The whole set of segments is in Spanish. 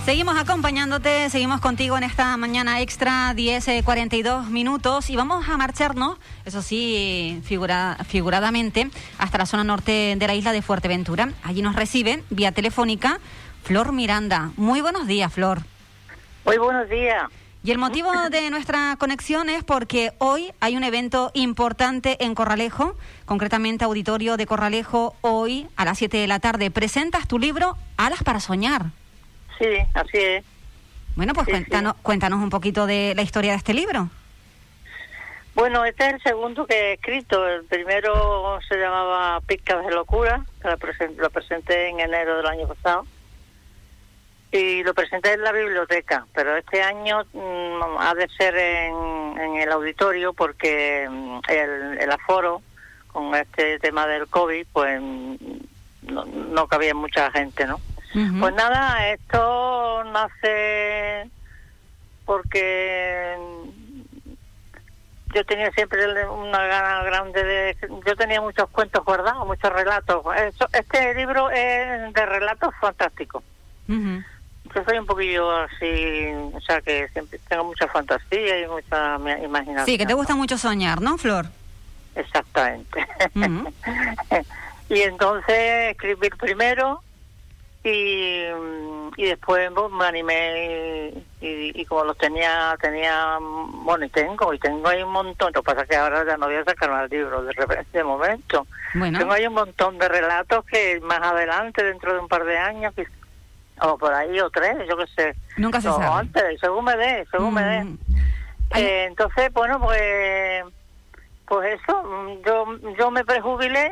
Seguimos acompañándote, seguimos contigo en esta mañana extra, 10:42 minutos, y vamos a marcharnos, eso sí, figuradamente, hasta la zona norte de la isla de Fuerteventura. Allí nos recibe, vía telefónica, Flor Miranda. Muy buenos días, Flor. Muy buenos días. Y el motivo de nuestra conexión es porque hoy hay un evento importante en Corralejo, concretamente Auditorio de Corralejo, hoy a las 7 de la tarde. Presentas tu libro Alas para soñar. Sí, así es. Bueno, pues sí, cuéntanos un poquito de la historia de este libro. Bueno, este es el segundo que he escrito. El primero se llamaba Pizcas de locura, lo presenté en enero del año pasado. Y lo presenté en la biblioteca, pero este año ha de ser en el auditorio porque el aforo, con este tema del COVID, pues no cabía mucha gente, ¿no? Uh-huh. Pues nada, esto nace porque yo tenía siempre una gana grande de... Yo tenía muchos cuentos guardados, muchos relatos. Este libro es de relatos fantásticos. Uh-huh. Yo soy un poquillo así, o sea que siempre tengo mucha fantasía y mucha imaginación. Sí, que te gusta mucho soñar, ¿no, Flor? Exactamente. Uh-huh. Y entonces escribí primero y después me animé y como los tenía, bueno, y tengo ahí un montón. Lo que pasa es que ahora ya no voy a sacar más libros de momento. Bueno. Tengo ahí un montón de relatos que más adelante, dentro de un par de años, o por ahí, o 3, yo qué sé. Nunca se sabe. Antes, según me dé. Entonces, bueno, pues eso, yo me prejubilé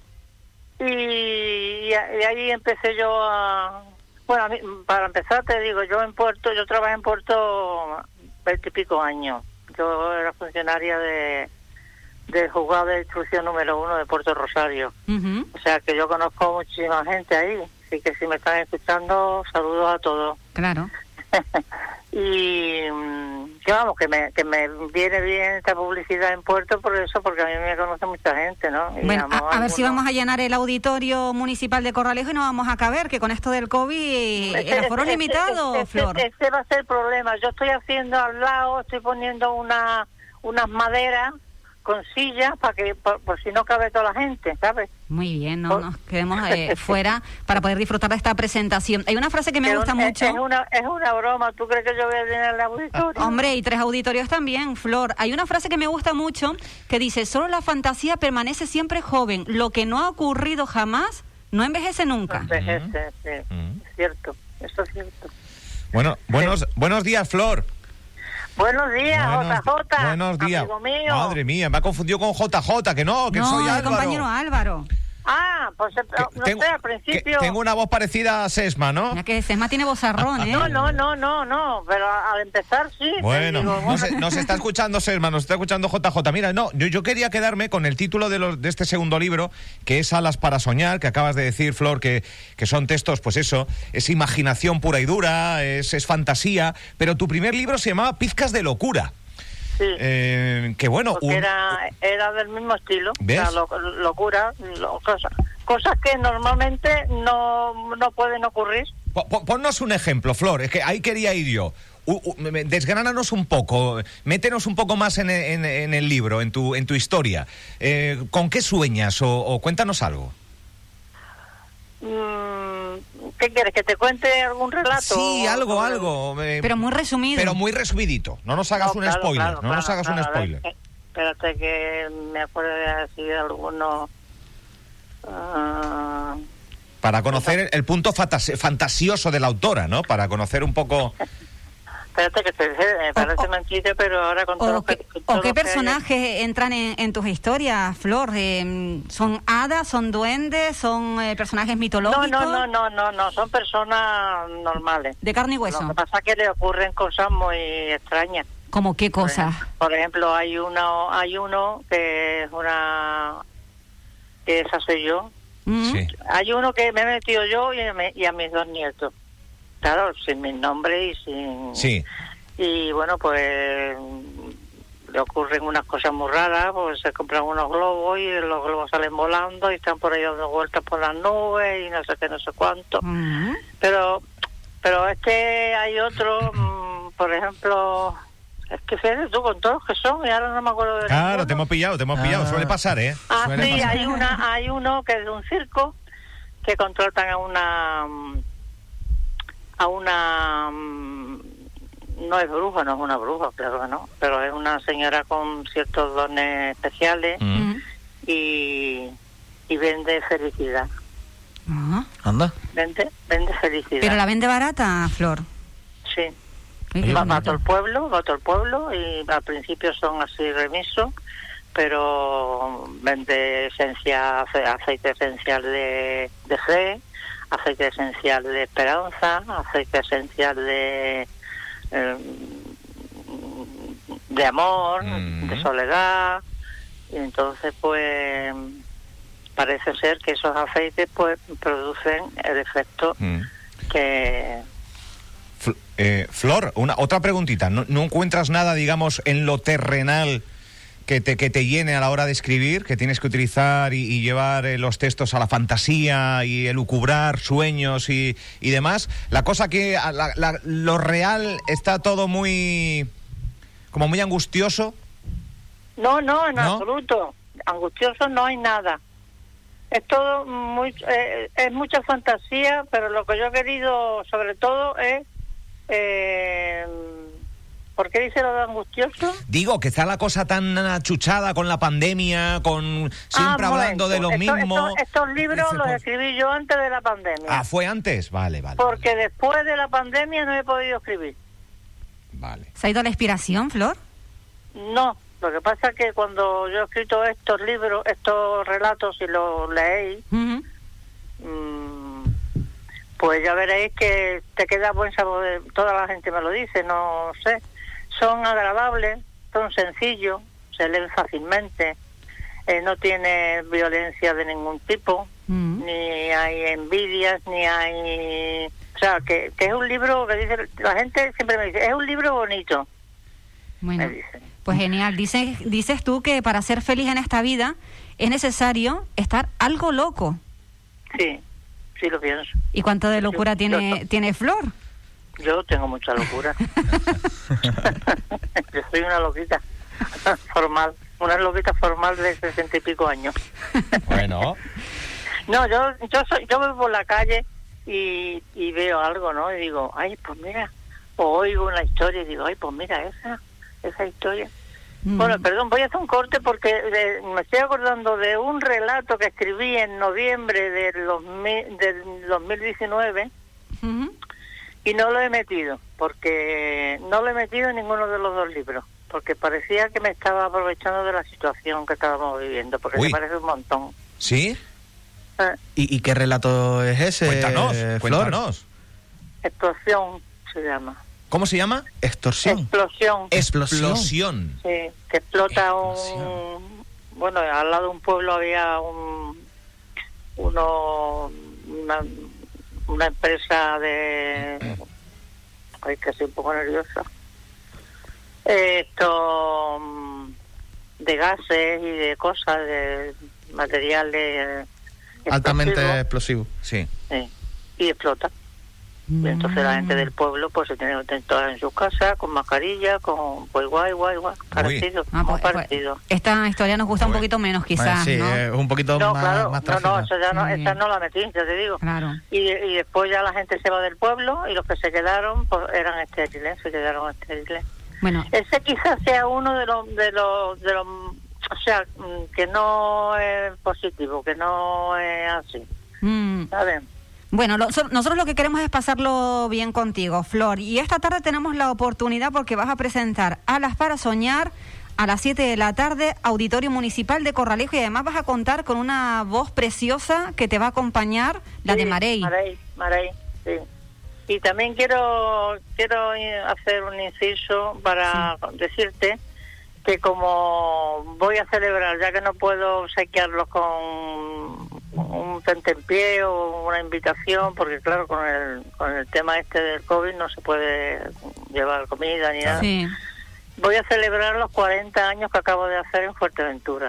y ahí empecé yo a... Bueno, para empezar te digo, yo trabajé en Puerto 20 y pico años. Yo era funcionaria del juzgado de instrucción número 1 de Puerto Rosario. Uh-huh. O sea que yo conozco muchísima gente ahí. Así que si me están escuchando, saludos a todos. Claro. Y que vamos, que me viene bien esta publicidad en Puerto por eso, porque a mí me conoce mucha gente, ¿no? Y bueno, a ver si vamos a llenar el auditorio municipal de Corralejo y no vamos a caber, que con esto del COVID el aforo es limitado, Flor. Ese va a ser el problema. Yo estoy haciendo al lado, estoy poniendo unas maderas con sillas para que por si no cabe toda la gente, ¿sabes? Muy bien, no nos quedemos fuera para poder disfrutar de esta presentación. Hay una frase que me gusta mucho. Es una broma. ¿Tú crees que yo voy a tener el auditorio? Hombre, y 3 auditorios también, Flor. Hay una frase que me gusta mucho que dice: solo la fantasía permanece siempre joven. Lo que no ha ocurrido jamás no envejece nunca. No envejece, sí. Es cierto. Eso es cierto. Bueno, buenos días, Flor. Buenos días, JJ. Buenos días. Amigo mío. Madre mía, me ha confundido con JJ, que no soy Álvaro. No, compañero Álvaro. Ah, pues no sé, al principio... Tengo una voz parecida a Sesma, ¿no? Ya que Sesma tiene vozarrón, ¿eh? No, pero al empezar sí. Bueno, nos está escuchando Sesma, nos está escuchando JJ. Mira, yo quería quedarme con el título de este segundo libro, que es Alas para soñar, que acabas de decir, Flor, que son textos, pues eso, es imaginación pura y dura, es fantasía, pero tu primer libro se llamaba Pizcas de locura. Sí. Que bueno, era del mismo estilo. ¿Ves? O sea, locura, cosas que normalmente no pueden ocurrir. Ponnos un ejemplo, Flor, es que ahí quería ir yo. Desgránanos un poco, métenos un poco más en el libro, en tu historia. ¿Con qué sueñas o cuéntanos algo? ¿Qué quieres? ¿Que te cuente algún relato? Sí, algo. Pero muy resumido. Pero muy resumidito. No nos hagas un spoiler. No nos hagas un spoiler. Espérate que me acuerdo de así alguno. Para conocer el punto fantasioso de la autora, ¿no? Para conocer un poco... Espérate que me parece mentira, pero ahora con todo ¿O qué personajes entran en tus historias, Flor? ¿Son hadas, son duendes, son personajes mitológicos? No, son personas normales. ¿De carne y hueso? Lo que pasa es que le ocurren cosas muy extrañas. ¿Cómo qué cosas? Por ejemplo, hay uno que es que esa soy yo. Sí. Hay uno que me he metido yo y a mis 2 nietos. Claro, sin mi nombre y sin... Sí. Y bueno, pues le ocurren unas cosas muy raras, pues se compran unos globos y los globos salen volando y están por ahí dando vueltas por las nubes y no sé qué, no sé cuánto. Uh-huh. Pero pero es que hay otro, por ejemplo, es que fíjate tú con todos que son y ahora no me acuerdo de Claro, ninguno. te hemos pillado, suele pasar, ¿eh? Suele Sí, pasar. hay uno que es de un circo que contratan a una no es bruja, no es una bruja, claro que no, pero es una señora con ciertos dones especiales y vende felicidad. Ajá. Anda. Vende felicidad. Pero la vende barata, Flor. Sí. Ay, qué Va a bonito. todo el pueblo y al principio son así remisos, pero vende aceite esencial de fe, aceite esencial de esperanza, aceite esencial de amor, de soledad, y entonces pues parece ser que esos aceites pues producen el efecto que... Flor, otra preguntita. ¿No encuentras nada, digamos, en lo terrenal que te llene a la hora de escribir? Que tienes que utilizar y llevar los textos a la fantasía y elucubrar sueños y demás. La cosa que lo real está todo muy angustioso. No, en absoluto. Angustioso no hay nada. Es todo es mucha fantasía, pero lo que yo he querido sobre todo es ¿por qué dice lo de angustioso? Digo, que está la cosa tan achuchada con la pandemia, con siempre hablando de lo mismo. Estos libros los escribí yo antes de la pandemia. ¿Fue antes? Vale. Porque después de la pandemia no he podido escribir. Vale. ¿Se ha ido la inspiración, Flor? No, lo que pasa es que cuando yo he escrito estos libros, estos relatos, si los leéis, pues ya veréis que te queda buen sabor. Toda la gente me lo dice, no sé. Son agradables, son sencillos, se leen fácilmente, no tiene violencia de ningún tipo, ni hay envidias, ni hay... O sea, que es un libro que dice... La gente siempre me dice, es un libro bonito. Bueno, me dicen. pues genial. Dices tú que para ser feliz en esta vida es necesario estar algo loco. Sí lo pienso. ¿Y cuánto de locura tiene Flor? Yo tengo mucha locura. Yo soy una loquita formal, una loquita formal de 60 y pico años. Bueno. No, yo voy por la calle y veo algo, ¿no? Y digo, ay, pues mira, o oigo una historia y digo, ay, pues mira esa historia. Bueno, perdón, voy a hacer un corte porque me estoy acordando de un relato que escribí en noviembre del 2019 y no lo he metido, porque no lo he metido en ninguno de los dos libros, porque parecía que me estaba aprovechando de la situación que estábamos viviendo, porque me parece un montón. ¿Sí? ¿Y qué relato es ese? Cuéntanos. Explosión se llama. ¿Cómo se llama? Extorsión. Explosión. Sí, que explota bueno, al lado de un pueblo había una empresa de... Ay, que soy un poco nerviosa. De gases y de cosas, de materiales... Altamente explosivo. Sí. Y explota. Y entonces la gente del pueblo pues se tiene que tener todas en sus casas, con mascarilla, con pues igual, parecido, pues, parecido. Esta historia nos gusta un poquito menos quizás, sí, ¿no? es un poquito más trágica. Esa no la metí, ya te digo. Claro. Y después ya la gente se va del pueblo y los que se quedaron pues eran estériles, se quedaron estériles. Bueno. Ese quizás sea uno de los o sea, que no es positivo, que no es así. ¿Sabes? Bueno, nosotros lo que queremos es pasarlo bien contigo, Flor. Y esta tarde tenemos la oportunidad porque vas a presentar Alas para Soñar a las 7 de la tarde, Auditorio Municipal de Corralejo, y además vas a contar con una voz preciosa que te va a acompañar, la de Marey. Marey, sí. Y también quiero hacer un inciso para decirte que como voy a celebrar, ya que no puedo obsequiarlos con un tentempié o una invitación, porque claro, con el tema este del COVID no se puede llevar comida ni nada. Sí. Voy a celebrar los 40 años que acabo de hacer en Fuerteventura.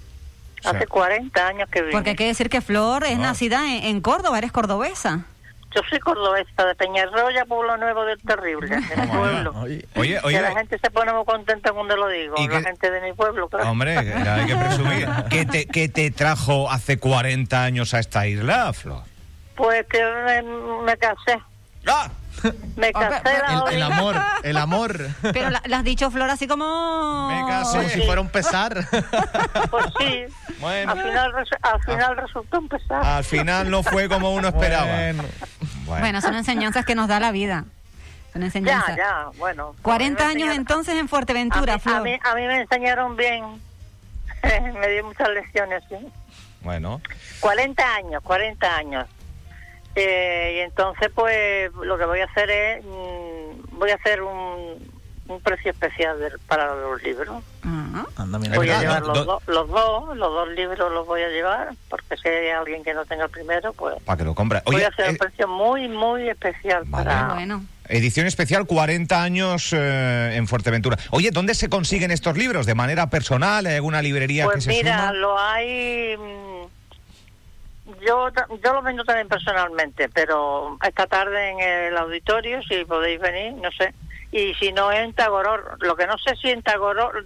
Hace 40 años que vine. Porque hay que decir que Flor es nacida en Córdoba, eres cordobesa. Yo soy cordobesa de Peñarroya, Pueblo Nuevo del Terrible, de mi pueblo. Oye. Que la gente se pone muy contenta cuando lo digo, la gente de mi pueblo, claro. Hombre, hay que presumir. ¿Qué te trajo hace 40 años a esta isla, Flor? Pues que me casé. ¡Ah! Me casé el amor. Pero la has dicho, Flor, así como... Me casé. Como si fuera un pesar. Pues sí. Bueno. Al final resultó un pesar. Al final no fue como uno esperaba. Bueno, son enseñanzas que nos da la vida. Son enseñanzas. Ya, bueno. 40 años entonces en Fuerteventura, Flor. A mí me enseñaron bien. Me dio muchas lecciones, sí. Bueno. 40 años. Y entonces, pues, lo que voy a hacer es... voy a hacer un precio especial para los libros. Anda, mira. Voy a llevar los dos libros los voy a llevar, porque si hay alguien que no tenga el primero, pues... Para que lo compre. Voy a hacer un precio muy, muy especial para... Bueno. Edición especial 40 años en Fuerteventura. Oye, ¿dónde se consiguen estos libros? ¿De manera personal? ¿Hay alguna librería que se suma? Pues mira, lo hay... Yo lo vendo también personalmente, pero esta tarde en el auditorio, si podéis venir, no sé. Y si no, en Tagoror. Lo que no sé si en Tagoror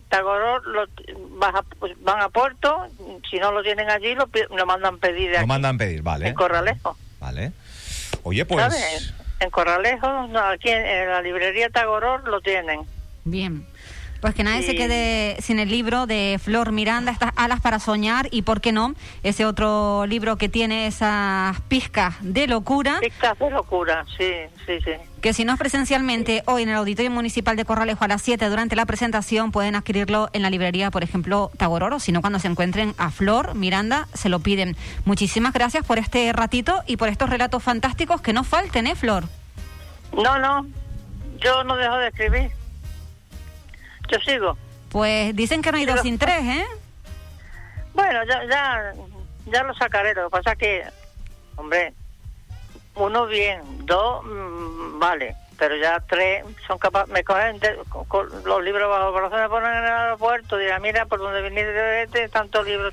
van a Puerto, si no lo tienen allí, lo mandan pedir de aquí. Lo mandan pedir, vale. En Corralejo. Vale. Oye, pues... ¿Sabes? En Corralejo, no, aquí en la librería Tagoror lo tienen. Bien. Pues que nadie se quede sin el libro de Flor Miranda, estas Alas para soñar, y por qué no, ese otro libro que tiene esas pizcas de locura. Pizcas de locura, sí. Que si no es presencialmente, hoy en el Auditorio Municipal de Corralejo a las 7 durante la presentación, pueden adquirirlo en la librería, por ejemplo, Tagororo, si no cuando se encuentren a Flor Miranda, se lo piden. Muchísimas gracias por este ratito y por estos relatos fantásticos, que no falten, Flor. No, yo no dejo de escribir. Yo sigo. Pues dicen que no hay dos sin tres, ¿eh? Bueno, ya lo sacaré. Lo que pasa es que, hombre, uno bien, dos, vale, pero ya tres son capaces. Me cogen con los libros bajo el brazo, me ponen en el aeropuerto, dirán, mira, por donde venís de tantos libros.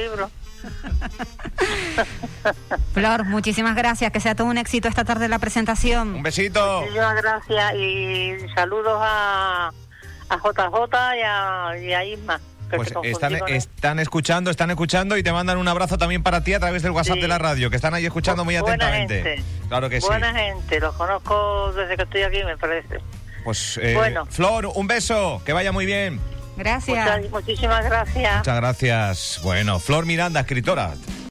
Flor, muchísimas gracias, que sea todo un éxito esta tarde la presentación. Un besito. Muchísimas gracias y saludos a JJ y a Isma. Pues están escuchando y te mandan un abrazo también para ti a través del WhatsApp de la radio, que están ahí escuchando muy atentamente. Gente. Claro que buena gente, los conozco desde que estoy aquí, me parece. Pues Flor, un beso, que vaya muy bien. Gracias. Muchísimas gracias. Muchas gracias. Bueno, Flor Miranda, escritora.